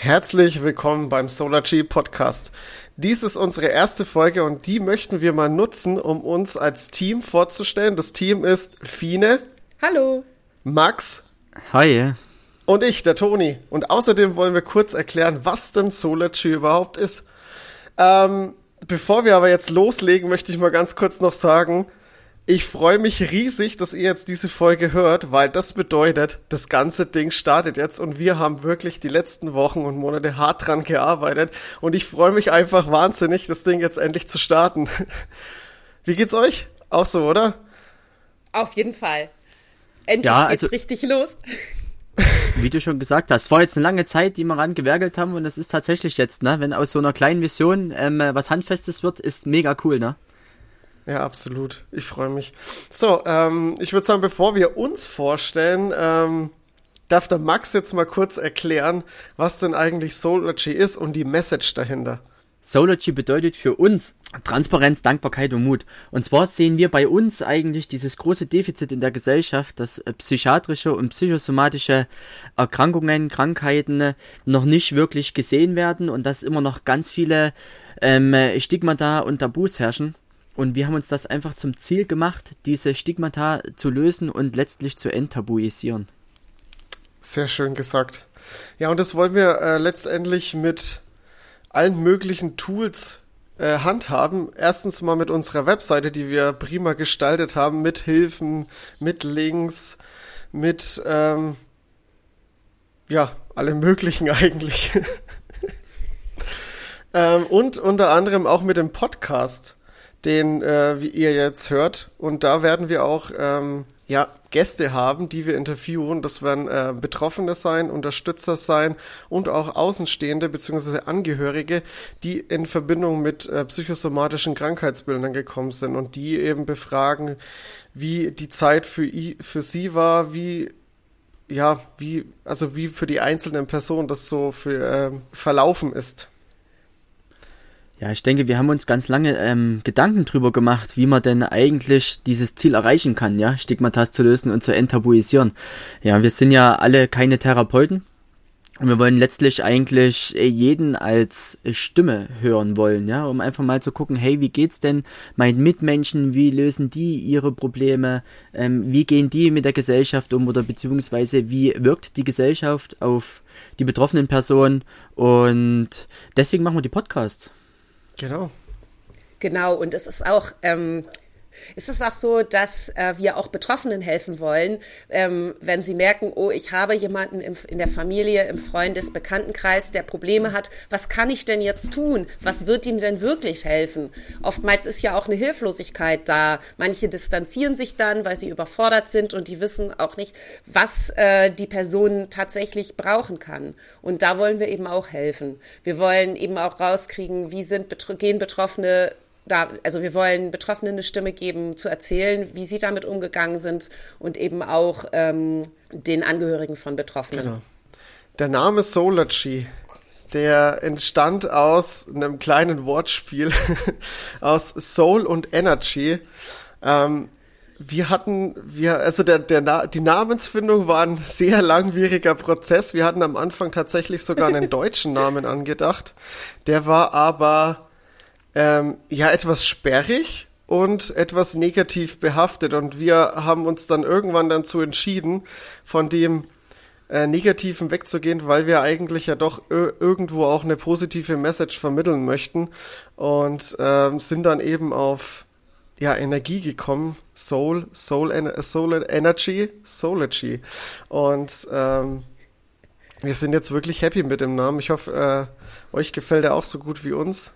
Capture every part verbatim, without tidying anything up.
Herzlich willkommen beim Solargy Podcast. Dies ist unsere erste Folge und die möchten wir mal nutzen, um uns als Team vorzustellen. Das Team ist Fine. Hallo. Max. Hi. Und ich, der Toni. Und außerdem wollen wir kurz erklären, was denn Solargy überhaupt ist. Ähm, bevor wir aber jetzt loslegen, möchte ich mal ganz kurz noch sagen, ich freue mich riesig, dass ihr jetzt diese Folge hört, weil das bedeutet, das ganze Ding startet jetzt und wir haben wirklich die letzten Wochen und Monate hart dran gearbeitet und ich freue mich einfach wahnsinnig, das Ding jetzt endlich zu starten. Wie geht's euch? Auch so, oder? Auf jeden Fall. Endlich ja, geht's also, richtig los. Wie du schon gesagt hast, war jetzt eine lange Zeit, die wir rangewerkelt haben und es ist tatsächlich jetzt, ne, wenn aus so einer kleinen Vision ähm, was Handfestes wird, ist mega cool, ne? Ja, absolut. Ich freue mich. So, ähm, ich würde sagen, bevor wir uns vorstellen, ähm, darf der Max jetzt mal kurz erklären, was denn eigentlich Solargy ist und die Message dahinter. Solargy bedeutet für uns Transparenz, Dankbarkeit und Mut. Und zwar sehen wir bei uns eigentlich dieses große Defizit in der Gesellschaft, dass psychiatrische und psychosomatische Erkrankungen, Krankheiten noch nicht wirklich gesehen werden und dass immer noch ganz viele ähm, Stigmata und Tabus herrschen. Und wir haben uns das einfach zum Ziel gemacht, diese Stigmata zu lösen und letztlich zu enttabuisieren. Sehr schön gesagt. Ja, und das wollen wir äh, letztendlich mit allen möglichen Tools äh, handhaben. Erstens mal mit unserer Webseite, die wir prima gestaltet haben, mit Hilfen, mit Links, mit, ähm, ja, allem möglichen eigentlich. ähm, und unter anderem auch mit dem Podcast, den äh, wie ihr jetzt hört. Und da werden wir auch ähm, ja, Gäste haben, die wir interviewen. Das werden äh, Betroffene sein, Unterstützer sein und auch Außenstehende bzw. Angehörige, die in Verbindung mit äh, psychosomatischen Krankheitsbildern gekommen sind und die eben befragen, wie die Zeit für, i- für sie war, wie ja, wie, also wie für die einzelnen Personen das so für äh, verlaufen ist. Ja, ich denke, wir haben uns ganz lange ähm, Gedanken drüber gemacht, wie man denn eigentlich dieses Ziel erreichen kann, ja, Stigmata zu lösen und zu enttabuisieren. Ja, wir sind ja alle keine Therapeuten und wir wollen letztlich eigentlich jeden als Stimme hören wollen, ja, um einfach mal zu gucken, hey, wie geht's denn meinen Mitmenschen, wie lösen die ihre Probleme, ähm, wie gehen die mit der Gesellschaft um oder beziehungsweise wie wirkt die Gesellschaft auf die betroffenen Personen und deswegen machen wir die Podcasts. Genau. Genau, und es ist auch, ähm, es ist auch so, dass äh, wir auch Betroffenen helfen wollen, ähm, wenn sie merken, oh, ich habe jemanden im, in der Familie, im Freundes-, Bekanntenkreis, der Probleme hat. Was kann ich denn jetzt tun? Was wird ihm denn wirklich helfen? Oftmals ist ja auch eine Hilflosigkeit da. Manche distanzieren sich dann, weil sie überfordert sind und die wissen auch nicht, was äh, die Person tatsächlich brauchen kann. Und da wollen wir eben auch helfen. Wir wollen eben auch rauskriegen, wie sind betro- gehen Betroffene Da, also wir wollen Betroffenen eine Stimme geben, zu erzählen, wie sie damit umgegangen sind und eben auch ähm, den Angehörigen von Betroffenen. Genau. Der Name Solargy, der entstand aus einem kleinen Wortspiel aus Soul und Energy. Ähm, wir hatten, wir, also der, der, Na- die Namensfindung war ein sehr langwieriger Prozess. Wir hatten am Anfang tatsächlich sogar einen deutschen Namen angedacht. Der war aber Ähm, ja, etwas sperrig und etwas negativ behaftet und wir haben uns dann irgendwann dazu entschieden, von dem äh, Negativen wegzugehen, weil wir eigentlich ja doch ö- irgendwo auch eine positive Message vermitteln möchten und ähm, sind dann eben auf ja, Energie gekommen, Soul, Soul, en- Soul Energy, Solargy und ähm, wir sind jetzt wirklich happy mit dem Namen. Ich hoffe, äh, euch gefällt er auch so gut wie uns.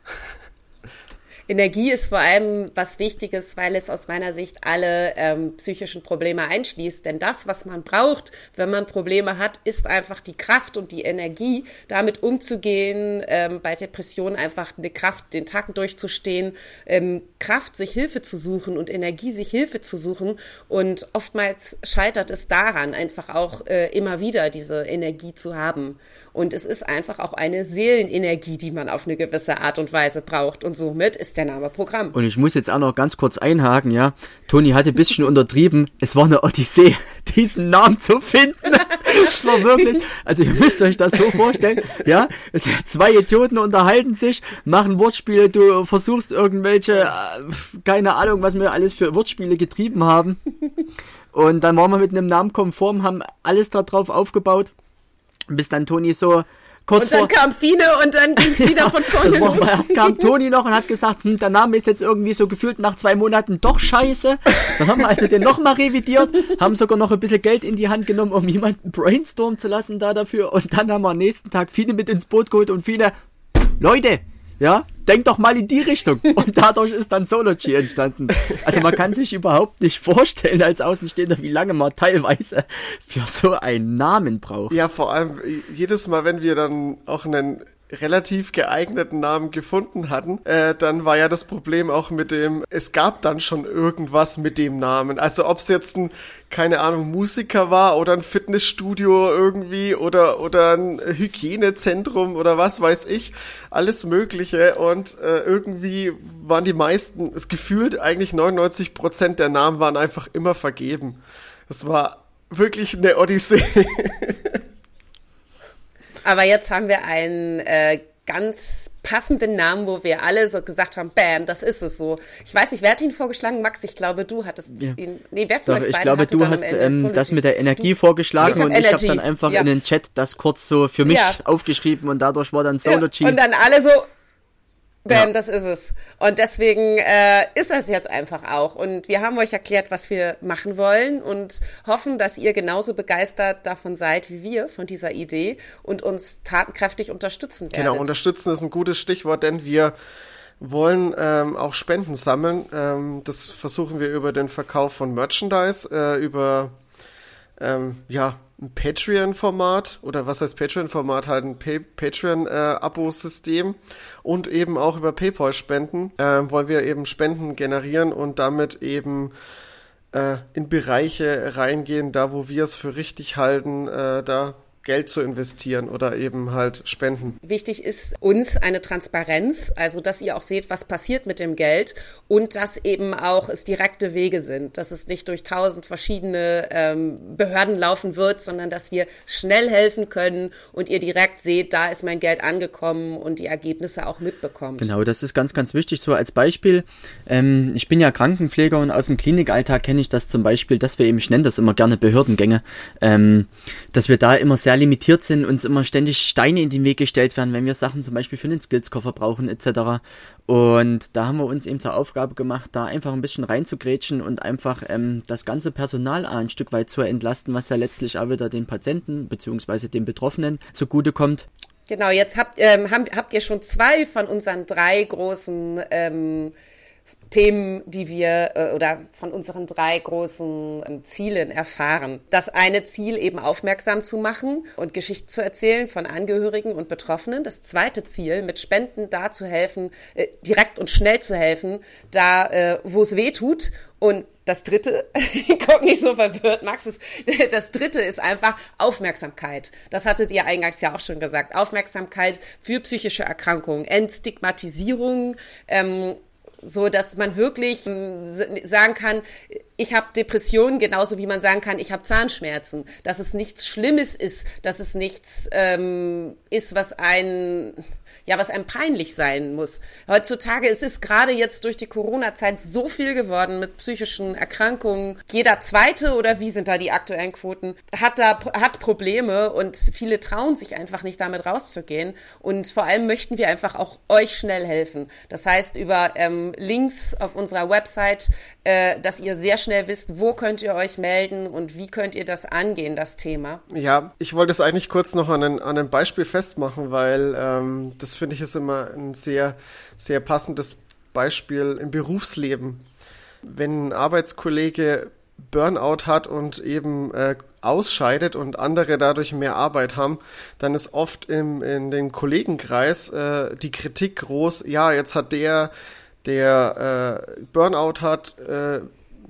Energie ist vor allem was Wichtiges, weil es aus meiner Sicht alle ähm, psychischen Probleme einschließt. Denn das, was man braucht, wenn man Probleme hat, ist einfach die Kraft und die Energie, damit umzugehen, ähm, bei Depressionen einfach eine Kraft, den Tag durchzustehen, ähm, Kraft, sich Hilfe zu suchen und Energie, sich Hilfe zu suchen. Und oftmals scheitert es daran, einfach auch äh, immer wieder diese Energie zu haben. Und es ist einfach auch eine Seelenenergie, die man auf eine gewisse Art und Weise braucht. Und somit ist der Name Programm. Und ich muss jetzt auch noch ganz kurz einhaken, ja. Toni hatte ein bisschen untertrieben. Es war eine Odyssee, diesen Namen zu finden. Es war wirklich, also ihr müsst euch das so vorstellen, ja. Zwei Idioten unterhalten sich, machen Wortspiele, du versuchst irgendwelche, keine Ahnung, was wir alles für Wortspiele getrieben haben. Und dann waren wir mit einem Namen konform, haben alles darauf aufgebaut, bis dann Toni so kurz vor... Und dann vor, kam Fine und dann ging es wieder von vorne los. los. Erst kam Toni noch und hat gesagt, hm, der Name ist jetzt irgendwie so gefühlt nach zwei Monaten doch scheiße. Dann haben wir also den nochmal revidiert, haben sogar noch ein bisschen Geld in die Hand genommen, um jemanden brainstormen zu lassen da dafür. Und dann haben wir am nächsten Tag Fine mit ins Boot geholt und Fine, Leute, ja, denk doch mal in die Richtung. Und dadurch ist dann Sology entstanden. Also man kann sich überhaupt nicht vorstellen als Außenstehender, wie lange man teilweise für so einen Namen braucht. Ja, vor allem jedes Mal, wenn wir dann auch einen relativ geeigneten Namen gefunden hatten, äh, dann war ja das Problem auch mit dem, es gab dann schon irgendwas mit dem Namen. Also ob es jetzt ein, keine Ahnung, Musiker war oder ein Fitnessstudio irgendwie oder oder ein Hygienezentrum oder was weiß ich, alles Mögliche. Und äh, irgendwie waren die meisten, es gefühlt eigentlich neunundneunzig Prozent der Namen waren einfach immer vergeben. Das war wirklich eine Odyssee. Aber jetzt haben wir einen äh, ganz passenden Namen, wo wir alle so gesagt haben, bam, das ist es so. Ich weiß nicht, wer hat ihn vorgeschlagen? Max, ich glaube, du hattest ja. ihn. Nee, wer Doch, ich glaube, du hast ähm, das mit der Energie du, vorgeschlagen ich und Energy. Ich habe dann einfach ja. in den Chat das kurz so für mich ja. aufgeschrieben und dadurch war dann Sology. Ja. Und dann alle so, bam, ja. das ist es. Und deswegen äh, ist das jetzt einfach auch. Und wir haben euch erklärt, was wir machen wollen und hoffen, dass ihr genauso begeistert davon seid wie wir von dieser Idee und uns tatenkräftig unterstützen werdet. Genau, unterstützen ist ein gutes Stichwort, denn wir wollen ähm, auch Spenden sammeln. Ähm, das versuchen wir über den Verkauf von Merchandise, äh, über ähm, ja ein Patreon-Format oder was heißt Patreon-Format, halt ein pa- Patreon-Abo-System und eben auch über PayPal-Spenden äh, wollen wir eben Spenden generieren und damit eben äh, in Bereiche reingehen, da wo wir es für richtig halten, äh, da Geld zu investieren oder eben halt spenden. Wichtig ist uns eine Transparenz, also dass ihr auch seht, was passiert mit dem Geld und dass eben auch es direkte Wege sind, dass es nicht durch tausend verschiedene ähm, Behörden laufen wird, sondern dass wir schnell helfen können und ihr direkt seht, da ist mein Geld angekommen und die Ergebnisse auch mitbekommt. Genau, das ist ganz, ganz wichtig. So als Beispiel, ähm, ich bin ja Krankenpfleger und aus dem Klinikalltag kenne ich das zum Beispiel, dass wir eben, ich nenne das immer gerne Behördengänge, ähm, dass wir da immer sehr limitiert sind, uns immer ständig Steine in den Weg gestellt werden, wenn wir Sachen zum Beispiel für den Skillskoffer brauchen et cetera. Und da haben wir uns eben zur Aufgabe gemacht, da einfach ein bisschen reinzugrätschen und einfach ähm, das ganze Personal ein Stück weit zu entlasten, was ja letztlich auch wieder den Patienten bzw. den Betroffenen zugutekommt. Genau, jetzt habt, ähm, habt, habt ihr schon zwei von unseren drei großen ähm, Themen, die wir äh, oder von unseren drei großen äh, Zielen erfahren. Das eine Ziel eben aufmerksam zu machen und Geschichten zu erzählen von Angehörigen und Betroffenen. Das zweite Ziel, mit Spenden da zu helfen, äh, direkt und schnell zu helfen, da äh, wo es weh tut. Und das dritte, guck nicht so verwirrt, Max, ist, das dritte ist einfach Aufmerksamkeit. Das hattet ihr eingangs ja auch schon gesagt. Aufmerksamkeit für psychische Erkrankungen, Entstigmatisierung, ähm, so dass man wirklich sagen kann, ich habe Depressionen, genauso wie man sagen kann, ich habe Zahnschmerzen. Dass es nichts Schlimmes ist, dass es nichts ähm, ist, was ein ja, was einem peinlich sein muss. Heutzutage es ist gerade jetzt durch die Corona-Zeit so viel geworden mit psychischen Erkrankungen. Jeder Zweite, oder wie sind da die aktuellen Quoten, hat da hat Probleme und viele trauen sich einfach nicht, damit rauszugehen. Und vor allem möchten wir einfach auch euch schnell helfen. Das heißt, über ähm, Links auf unserer Website, äh, dass ihr sehr schnell wisst, wo könnt ihr euch melden und wie könnt ihr das angehen, das Thema. Ja, ich wollte es eigentlich kurz noch an, ein, an einem Beispiel festmachen, weil ähm, das finde ich ist immer ein sehr, sehr passendes Beispiel im Berufsleben. Wenn ein Arbeitskollege Burnout hat und eben äh, ausscheidet und andere dadurch mehr Arbeit haben, dann ist oft im, in dem Kollegenkreis äh, die Kritik groß, ja, jetzt hat der, der äh, Burnout hat, äh,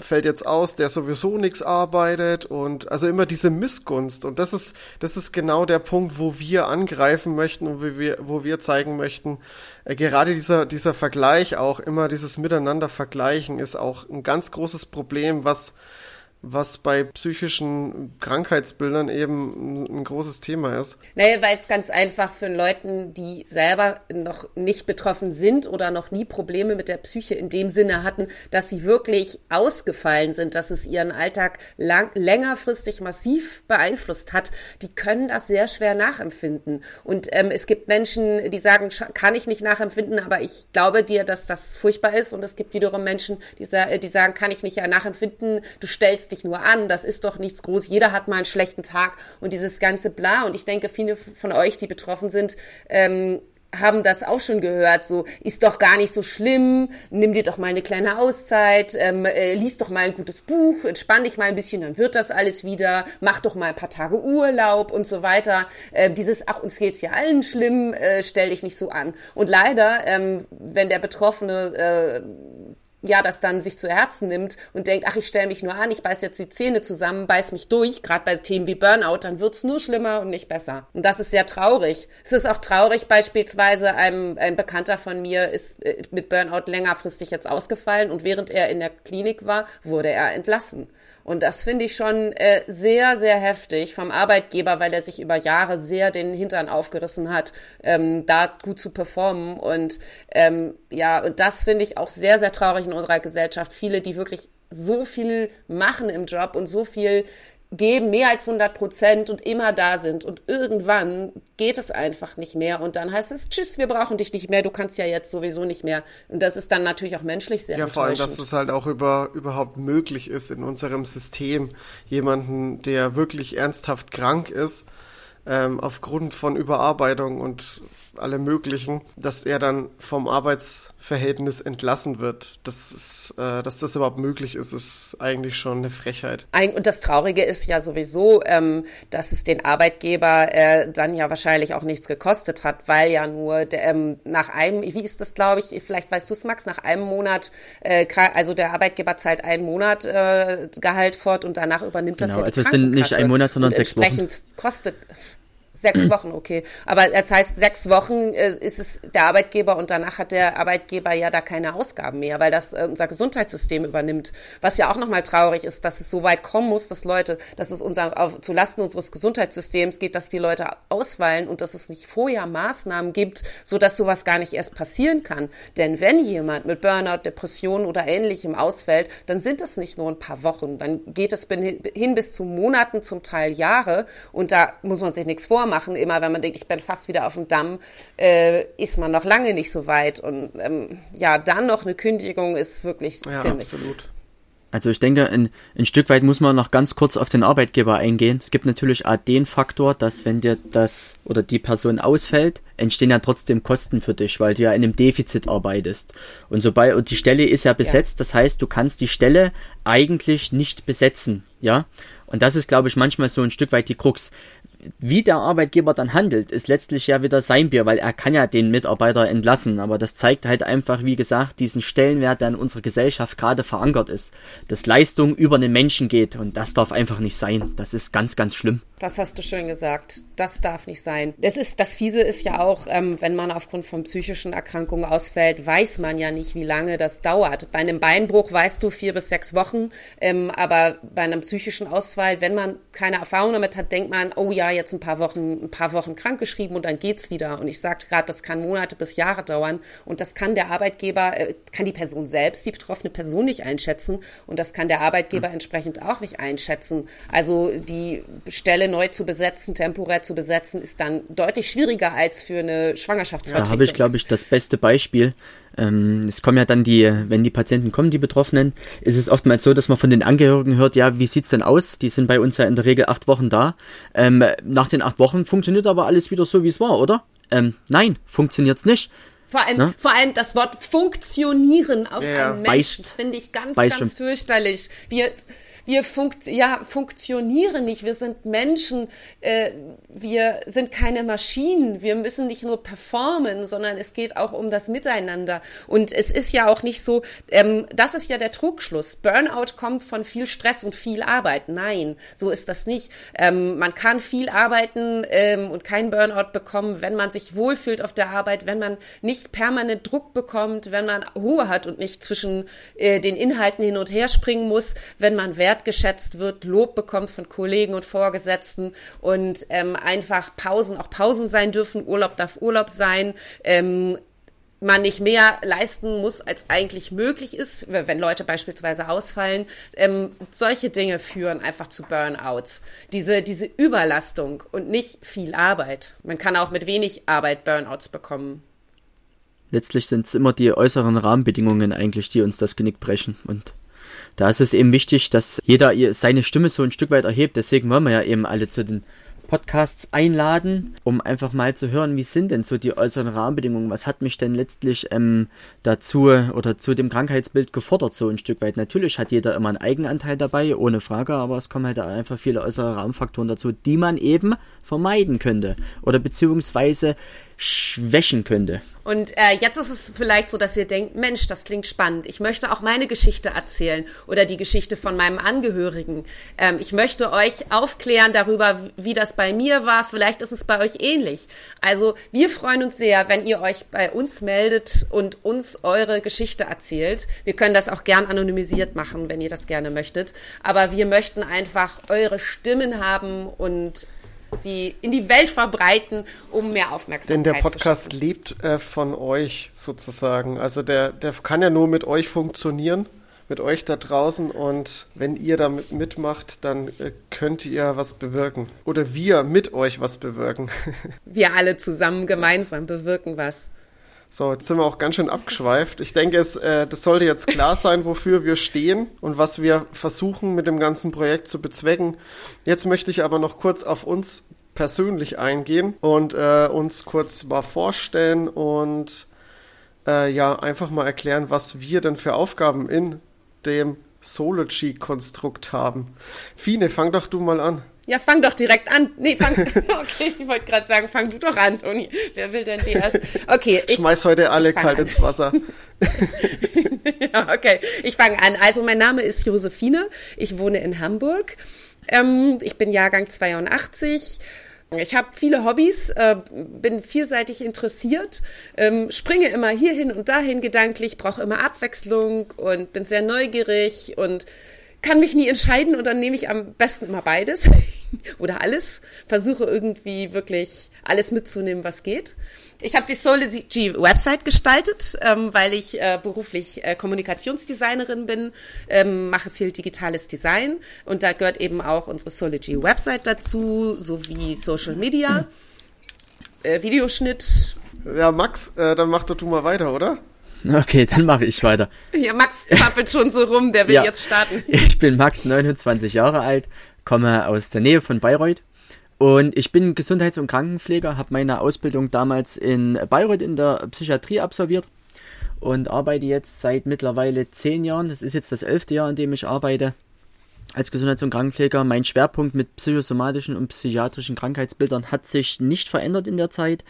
fällt jetzt aus, der sowieso nichts arbeitet und also immer diese Missgunst und das ist das ist genau der Punkt, wo wir angreifen möchten und wo wir wo wir zeigen möchten, äh, gerade dieser dieser Vergleich auch immer dieses Miteinander vergleichen ist auch ein ganz großes Problem, was was bei psychischen Krankheitsbildern eben ein großes Thema ist. Naja, weil es ganz einfach für Leuten, die selber noch nicht betroffen sind oder noch nie Probleme mit der Psyche in dem Sinne hatten, dass sie wirklich ausgefallen sind, dass es ihren Alltag lang, längerfristig massiv beeinflusst hat, die können das sehr schwer nachempfinden. Und ähm, es gibt Menschen, die sagen, kann ich nicht nachempfinden, aber ich glaube dir, dass das furchtbar ist. Und es gibt wiederum Menschen, die, die sagen, kann ich nicht nachempfinden, du stellst dich nur an, das ist doch nichts groß, jeder hat mal einen schlechten Tag und dieses ganze Bla und ich denke, viele von euch, die betroffen sind, ähm, haben das auch schon gehört, so, ist doch gar nicht so schlimm, nimm dir doch mal eine kleine Auszeit, ähm, äh, lies doch mal ein gutes Buch, entspann dich mal ein bisschen, dann wird das alles wieder, mach doch mal ein paar Tage Urlaub und so weiter. Äh, dieses, ach, uns geht's ja allen schlimm, äh, stell dich nicht so an. Und leider, ähm, wenn der Betroffene äh, ja, das dann sich zu Herzen nimmt und denkt, ach, ich stelle mich nur an, ich beiß jetzt die Zähne zusammen, beiß mich durch, gerade bei Themen wie Burnout, dann wird's nur schlimmer und nicht besser. Und das ist sehr traurig. Es ist auch traurig, beispielsweise ein, ein Bekannter von mir ist mit Burnout längerfristig jetzt ausgefallen und während er in der Klinik war, wurde er entlassen. Und das finde ich schon äh, sehr, sehr heftig vom Arbeitgeber, weil er sich über Jahre sehr den Hintern aufgerissen hat, ähm, da gut zu performen. Und ähm, ja, und das finde ich auch sehr, sehr traurig in unserer Gesellschaft. Viele, die wirklich so viel machen im Job und so viel geben, mehr als hundert Prozent und immer da sind. Und irgendwann geht es einfach nicht mehr. Und dann heißt es, tschüss, wir brauchen dich nicht mehr, du kannst ja jetzt sowieso nicht mehr. Und das ist dann natürlich auch menschlich sehr enttäuschend. Ja, vor allem, dass es halt auch über, überhaupt möglich ist in unserem System, jemanden, der wirklich ernsthaft krank ist, ähm, aufgrund von Überarbeitung und allem Möglichen, dass er dann vom Arbeitsverhältnis entlassen wird. Das ist, äh, dass das überhaupt möglich ist, ist eigentlich schon eine Frechheit. Ein, und das Traurige ist ja sowieso, ähm, dass es den Arbeitgeber äh, dann ja wahrscheinlich auch nichts gekostet hat, weil ja nur der, ähm, nach einem, wie ist das, glaube ich, vielleicht weißt du es, Max, nach einem Monat, äh, also der Arbeitgeber zahlt einen Monat äh, Gehalt fort und danach übernimmt das genau, ja die also Krankenkasse. Also es sind nicht ein Monat, sondern sechs Wochen. Entsprechend kostet Sechs Wochen, okay. Aber das heißt, sechs Wochen äh, ist es der Arbeitgeber und danach hat der Arbeitgeber ja da keine Ausgaben mehr, weil das äh, unser Gesundheitssystem übernimmt. Was ja auch nochmal traurig ist, dass es so weit kommen muss, dass Leute, dass es unser, auf, zu Lasten unseres Gesundheitssystems geht, dass die Leute ausfallen und dass es nicht vorher Maßnahmen gibt, sodass sowas gar nicht erst passieren kann. Denn wenn jemand mit Burnout, Depressionen oder Ähnlichem ausfällt, dann sind es nicht nur ein paar Wochen. Dann geht es hin bis zu Monaten, zum Teil Jahre und da muss man sich nichts vormachen. Machen. Immer wenn man denkt, ich bin fast wieder auf dem Damm, äh, ist man noch lange nicht so weit. Und ähm, ja, dann noch eine Kündigung ist wirklich ja, ziemlich absolut. Fies. Also ich denke, ein, ein Stück weit muss man noch ganz kurz auf den Arbeitgeber eingehen. Es gibt natürlich auch den Faktor, dass wenn dir das oder die Person ausfällt, entstehen ja trotzdem Kosten für dich, weil du ja in einem Defizit arbeitest. Und sobald, und die Stelle ist ja besetzt, ja. Das heißt, du kannst die Stelle eigentlich nicht besetzen, ja. Und das ist, glaube ich, manchmal so ein Stück weit die Krux. Wie der Arbeitgeber dann handelt, ist letztlich ja wieder sein Bier, weil er kann ja den Mitarbeiter entlassen, aber das zeigt halt einfach, wie gesagt, diesen Stellenwert, der in unserer Gesellschaft gerade verankert ist, dass Leistung über den Menschen geht und das darf einfach nicht sein. Das ist ganz, ganz schlimm. Das hast du schön gesagt. Das darf nicht sein. Das ist, das Fiese ist ja auch, ähm, wenn man aufgrund von psychischen Erkrankungen ausfällt, weiß man ja nicht, wie lange das dauert. Bei einem Beinbruch weißt du vier bis sechs Wochen, ähm, aber bei einem psychischen Ausfall, wenn man keine Erfahrung damit hat, denkt man, oh ja, jetzt ein paar Wochen, ein paar Wochen krankgeschrieben und dann geht's wieder. Und ich sagte gerade, das kann Monate bis Jahre dauern und das kann der Arbeitgeber, äh, kann die Person selbst, die betroffene Person nicht einschätzen und das kann der Arbeitgeber mhm. entsprechend auch nicht einschätzen. Also die Stelle neu zu besetzen, temporär zu besetzen, ist dann deutlich schwieriger als für eine Schwangerschaftsvertretung. Da habe ich, glaube ich, das beste Beispiel. Ähm, es kommen ja dann die, wenn die Patienten kommen, die Betroffenen, ist es oftmals so, dass man von den Angehörigen hört, ja, wie sieht's denn aus? Die sind bei uns ja in der Regel acht Wochen da. Ähm, nach den acht Wochen funktioniert aber alles wieder so, wie es war, oder? Ähm, nein, funktioniert's nicht. Vor allem, ne? vor allem das Wort funktionieren auf ja, einen Menschen, finde ich ganz, ganz fürchterlich. Wir wir funkt, ja, funktionieren nicht, wir sind Menschen, äh, wir sind keine Maschinen, wir müssen nicht nur performen, sondern es geht auch um das Miteinander. Und es ist ja auch nicht so, ähm, das ist ja der Trugschluss. Burnout kommt von viel Stress und viel Arbeit. Nein, so ist das nicht. Ähm, man kann viel arbeiten ähm, und keinen Burnout bekommen, wenn man sich wohlfühlt auf der Arbeit, wenn man nicht permanent Druck bekommt, wenn man Ruhe hat und nicht zwischen äh, den Inhalten hin und her springen muss, wenn man wertgeschätzt wird, Lob bekommt von Kollegen und Vorgesetzten und ähm, einfach Pausen auch Pausen sein dürfen, Urlaub darf Urlaub sein, ähm, man nicht mehr leisten muss, als eigentlich möglich ist, wenn Leute beispielsweise ausfallen. Ähm, solche Dinge führen einfach zu Burnouts. Diese, diese Überlastung und nicht viel Arbeit. Man kann auch mit wenig Arbeit Burnouts bekommen. Letztlich sind es immer die äußeren Rahmenbedingungen eigentlich, die uns das Genick brechen. Und da ist es eben wichtig, dass jeder seine Stimme so ein Stück weit erhebt. Deswegen wollen wir ja eben alle zu den Podcasts einladen, um einfach mal zu hören, wie sind denn so die äußeren Rahmenbedingungen? Was hat mich denn letztlich ähm, dazu oder zu dem Krankheitsbild gefordert, so ein Stück weit? Natürlich hat jeder immer einen Eigenanteil dabei, ohne Frage, aber es kommen halt einfach viele äußere Rahmenfaktoren dazu, die man eben vermeiden könnte oder beziehungsweise schwächen könnte. Und äh, jetzt ist es vielleicht so, dass ihr denkt, Mensch, das klingt spannend. Ich möchte auch meine Geschichte erzählen oder die Geschichte von meinem Angehörigen. Ähm, ich möchte euch aufklären darüber, wie das bei mir war. Vielleicht ist es bei euch ähnlich. Also wir freuen uns sehr, wenn ihr euch bei uns meldet und uns eure Geschichte erzählt. Wir können das auch gern anonymisiert machen, wenn ihr das gerne möchtet. Aber wir möchten einfach eure Stimmen haben und sie in die Welt verbreiten, um mehr Aufmerksamkeit zu Denn der Podcast zu schaffen. lebt äh, von euch sozusagen. Also der, der kann ja nur mit euch funktionieren, mit euch da draußen. Und wenn ihr damit mitmacht, dann äh, könnt ihr was bewirken. Oder wir mit euch was bewirken. Wir alle zusammen gemeinsam bewirken was. So, jetzt sind wir auch ganz schön abgeschweift. Ich denke, es, äh, das sollte jetzt klar sein, wofür wir stehen und was wir versuchen mit dem ganzen Projekt zu bezwecken. Jetzt möchte ich aber noch kurz auf uns persönlich eingehen und äh, uns kurz mal vorstellen und äh, ja, einfach mal erklären, was wir denn für Aufgaben in dem Soulology-Konstrukt haben. Fine, fang doch du mal an. Ja, fang doch direkt an. Nee, fang. Okay, ich wollte gerade sagen, fang du doch an, Toni. Wer will denn die erst? Okay. Ich schmeiß heute alle kalt an. ins Wasser. Ja, okay. Ich fange an. Also, mein Name ist Josephine. Ich wohne in Hamburg. Ähm, ich bin Jahrgang zweiundachtzig. Ich habe viele Hobbys, äh, bin vielseitig interessiert, ähm, springe immer hierhin und dahin gedanklich, brauche immer Abwechslung und bin sehr neugierig und kann mich nie entscheiden und dann nehme ich am besten immer beides oder alles. Versuche irgendwie wirklich alles mitzunehmen, was geht. Ich habe die Soulology-Website gestaltet, ähm, weil ich äh, beruflich äh, Kommunikationsdesignerin bin, ähm, mache viel digitales Design und da gehört eben auch unsere Soulology-Website dazu, sowie Social Media, äh, Videoschnitt. Ja, Max, äh, dann mach doch du mal weiter, oder? Okay, dann mache ich weiter. Ja, Max zappelt schon so rum, der will ja, jetzt starten. Ich bin Max, neunundzwanzig Jahre alt, komme aus der Nähe von Bayreuth und ich bin Gesundheits- und Krankenpfleger, habe meine Ausbildung damals in Bayreuth in der Psychiatrie absolviert und arbeite jetzt seit mittlerweile zehn Jahren, das ist jetzt das elfte Jahr, in dem ich arbeite, als Gesundheits- und Krankenpfleger. Mein Schwerpunkt mit psychosomatischen und psychiatrischen Krankheitsbildern hat sich nicht verändert in der Zeit.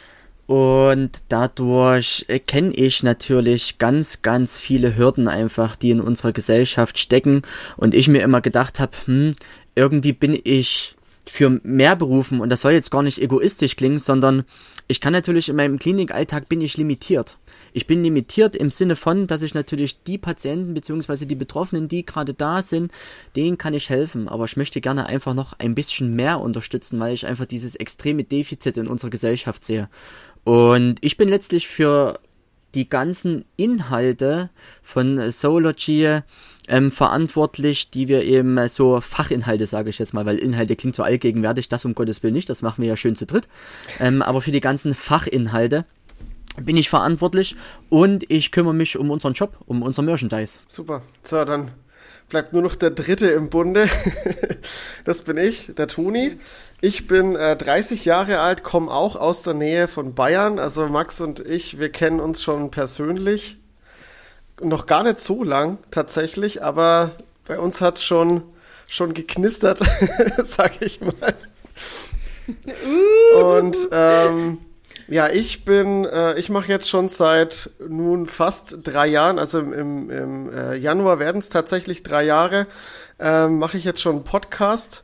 Und dadurch kenne ich natürlich ganz, ganz viele Hürden einfach, die in unserer Gesellschaft stecken. Und ich mir immer gedacht habe, hm, irgendwie bin ich für mehr berufen. Und das soll jetzt gar nicht egoistisch klingen, sondern ich kann natürlich in meinem Klinikalltag bin ich limitiert. Ich bin limitiert im Sinne von, dass ich natürlich die Patienten bzw. die Betroffenen, die gerade da sind, denen kann ich helfen. Aber ich möchte gerne einfach noch ein bisschen mehr unterstützen, weil ich einfach dieses extreme Defizit in unserer Gesellschaft sehe. Und ich bin letztlich für die ganzen Inhalte von Soulology ähm, verantwortlich, die wir eben so Fachinhalte, sage ich jetzt mal, weil Inhalte klingt so allgegenwärtig, das um Gottes Willen nicht, das machen wir ja schön zu dritt. Ähm, aber für die ganzen Fachinhalte bin ich verantwortlich und ich kümmere mich um unseren Shop, um unser Merchandise. Super. So, dann bleibt nur noch der Dritte im Bunde. Das bin ich, der Toni. Ich bin äh, dreißig Jahre alt, komme auch aus der Nähe von Bayern. Also Max und ich, wir kennen uns schon persönlich. Noch gar nicht so lang tatsächlich, aber Bei uns hat's schon, schon geknistert, sag ich mal. Und ähm, ja, ich bin, äh, ich mache jetzt schon seit nun fast drei Jahren, also im, im, im äh, Januar werden es tatsächlich drei Jahre, äh, mache ich jetzt schon einen Podcast,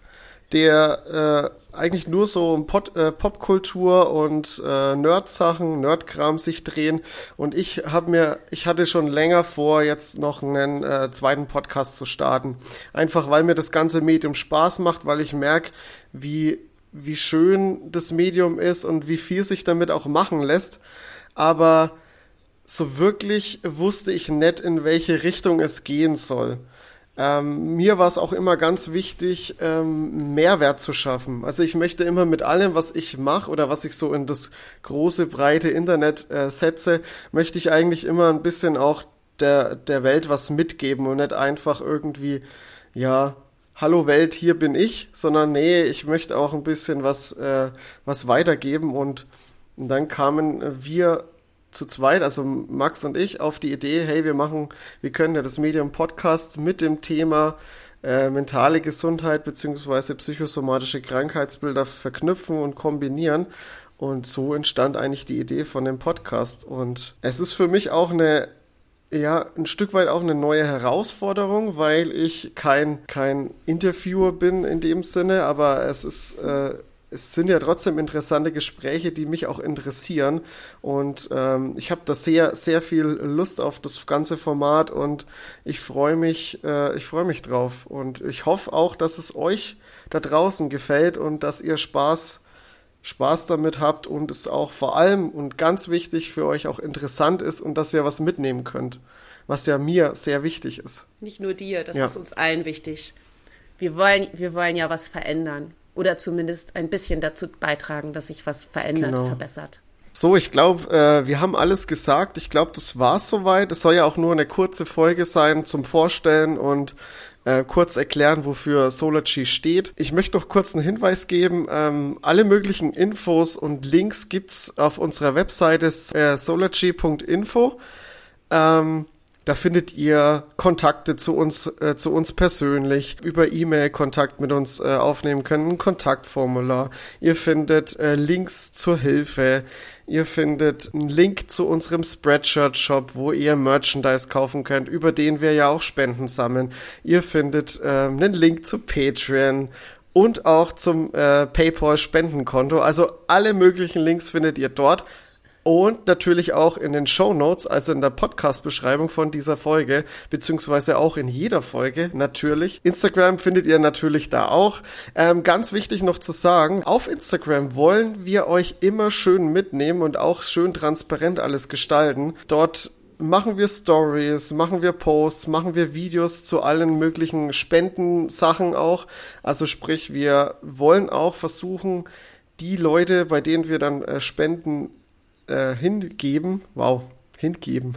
der äh, eigentlich nur so um Pod, äh, Popkultur und äh, Nerd-Sachen, Nerdkram sich drehen. Und ich habe mir, ich hatte schon länger vor, jetzt noch einen äh, zweiten Podcast zu starten. Einfach weil mir das ganze Medium Spaß macht, weil ich merke, wie wie schön das Medium ist und wie viel sich damit auch machen lässt. Aber so wirklich wusste ich nicht, in welche Richtung es gehen soll. Ähm, mir war es auch immer ganz wichtig, ähm, Mehrwert zu schaffen. Also ich möchte immer mit allem, was ich mache oder was ich so in das große, breite Internet äh, setze, möchte ich eigentlich immer ein bisschen auch der, der Welt was mitgeben und nicht einfach irgendwie, ja, hallo Welt, hier bin ich, sondern nee, ich möchte auch ein bisschen was, äh, was weitergeben und, und dann kamen wir zu zweit, also Max und ich, auf die Idee, hey, wir machen, wir können ja das Medium Podcast mit dem Thema äh, mentale Gesundheit beziehungsweise psychosomatische Krankheitsbilder verknüpfen und kombinieren. Und so entstand eigentlich die Idee von dem Podcast. Und es ist für mich auch eine Ja, ein Stück weit auch eine neue Herausforderung, weil ich kein kein Interviewer bin in dem Sinne, aber es ist äh, es sind ja trotzdem interessante Gespräche, die mich auch interessieren und ähm, ich habe da sehr sehr viel Lust auf das ganze Format und ich freue mich äh, ich freue mich drauf und ich hoffe auch, dass es euch da draußen gefällt und dass ihr Spaß Spaß damit habt und es auch vor allem und ganz wichtig für euch auch interessant ist und dass ihr was mitnehmen könnt, was ja mir sehr wichtig ist. Nicht nur dir, das ja. ist uns allen wichtig. Wir wollen, wir wollen ja was verändern oder zumindest ein bisschen dazu beitragen, dass sich was verändert, genau. verbessert. So, ich glaube, äh, wir haben alles gesagt. Ich glaube, das war's soweit. Es soll ja auch nur eine kurze Folge sein zum Vorstellen und Äh, kurz erklären, wofür Solarchi steht. Ich möchte noch kurz einen Hinweis geben. Ähm, alle möglichen Infos und Links gibt's auf unserer Webseite äh, solarchi punkt info. Ähm, da findet ihr Kontakte zu uns, äh, zu uns persönlich, über E-Mail Kontakt mit uns äh, aufnehmen können, ein Kontaktformular. Ihr findet äh, Links zur Hilfe. Ihr findet einen Link zu unserem Spreadshirt-Shop, wo ihr Merchandise kaufen könnt, über den wir ja auch Spenden sammeln. Ihr findet äh, einen Link zu Patreon und auch zum äh, PayPal-Spendenkonto. Also alle möglichen Links findet ihr dort. Und natürlich auch in den Shownotes, also in der Podcast-Beschreibung von dieser Folge, beziehungsweise auch in jeder Folge natürlich. Instagram findet ihr natürlich da auch. Ähm, ganz wichtig noch zu sagen, auf Instagram wollen wir euch immer schön mitnehmen und auch schön transparent alles gestalten. Dort machen wir Stories, machen wir Posts, machen wir Videos zu allen möglichen Spendensachen auch. Also sprich, wir wollen auch versuchen, die Leute, bei denen wir dann äh, spenden, Äh, hingeben, wow, hingeben.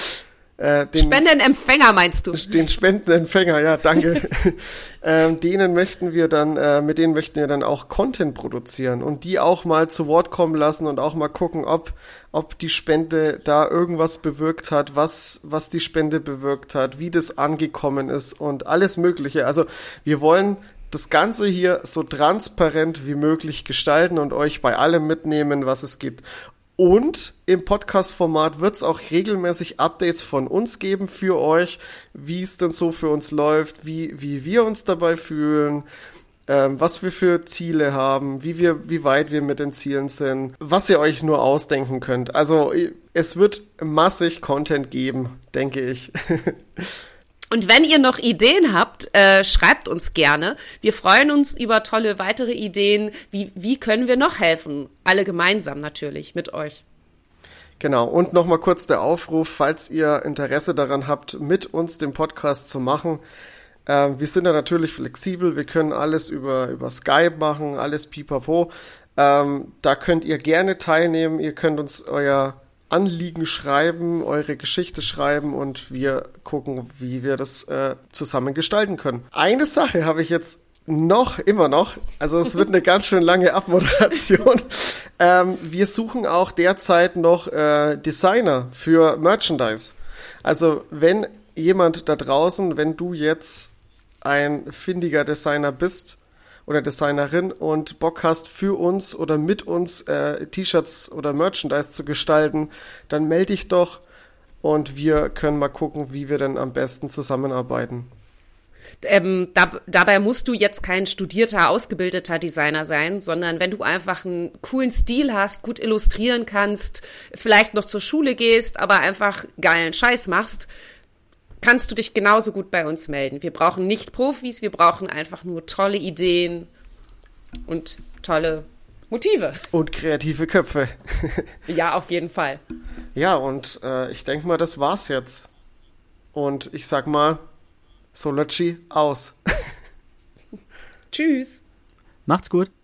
äh, den, Spendenempfänger meinst du? Den Spendenempfänger, ja, danke. ähm, denen möchten wir dann, äh, mit denen möchten wir dann auch Content produzieren und die auch mal zu Wort kommen lassen und auch mal gucken, ob, ob die Spende da irgendwas bewirkt hat, was, was die Spende bewirkt hat, wie das angekommen ist und alles Mögliche. Also wir wollen das Ganze hier so transparent wie möglich gestalten und euch bei allem mitnehmen, was es gibt. Und im Podcast-Format wird es auch regelmäßig Updates von uns geben für euch, wie es denn so für uns läuft, wie, wie wir uns dabei fühlen, ähm, was wir für Ziele haben, wie wir, wie weit wir mit den Zielen sind, was ihr euch nur ausdenken könnt. Also es wird massig Content geben, denke ich. Und wenn ihr noch Ideen habt, äh, schreibt uns gerne. Wir freuen uns über tolle weitere Ideen. Wie, wie können wir noch helfen? Alle gemeinsam natürlich mit euch. Genau. Und nochmal kurz der Aufruf, falls ihr Interesse daran habt, mit uns den Podcast zu machen. Äh, wir sind da natürlich flexibel. Wir können alles über, über Skype machen, alles pipapo. Ähm, da könnt ihr gerne teilnehmen. Ihr könnt uns euer Anliegen schreiben, eure Geschichte schreiben und wir gucken, wie wir das äh, zusammen gestalten können. Eine Sache habe ich jetzt noch, immer noch, also es wird eine ganz schön lange Abmoderation. ähm, wir suchen auch derzeit noch äh, Designer für Merchandise. Also wenn jemand da draußen, wenn du jetzt ein findiger Designer bist oder Designerin und Bock hast, für uns oder mit uns äh, T-Shirts oder Merchandise zu gestalten, dann melde dich doch und wir können mal gucken, wie wir denn am besten zusammenarbeiten. Ähm, da, dabei musst du jetzt kein studierter, ausgebildeter Designer sein, sondern wenn du einfach einen coolen Stil hast, gut illustrieren kannst, vielleicht noch zur Schule gehst, aber einfach geilen Scheiß machst, kannst du dich genauso gut bei uns melden. Wir brauchen nicht Profis, wir brauchen einfach nur tolle Ideen und tolle Motive. Und kreative Köpfe. Ja, auf jeden Fall. Ja, und äh, ich denke mal, das war's jetzt. Und ich sag mal, Solarchi aus. Tschüss. Macht's gut.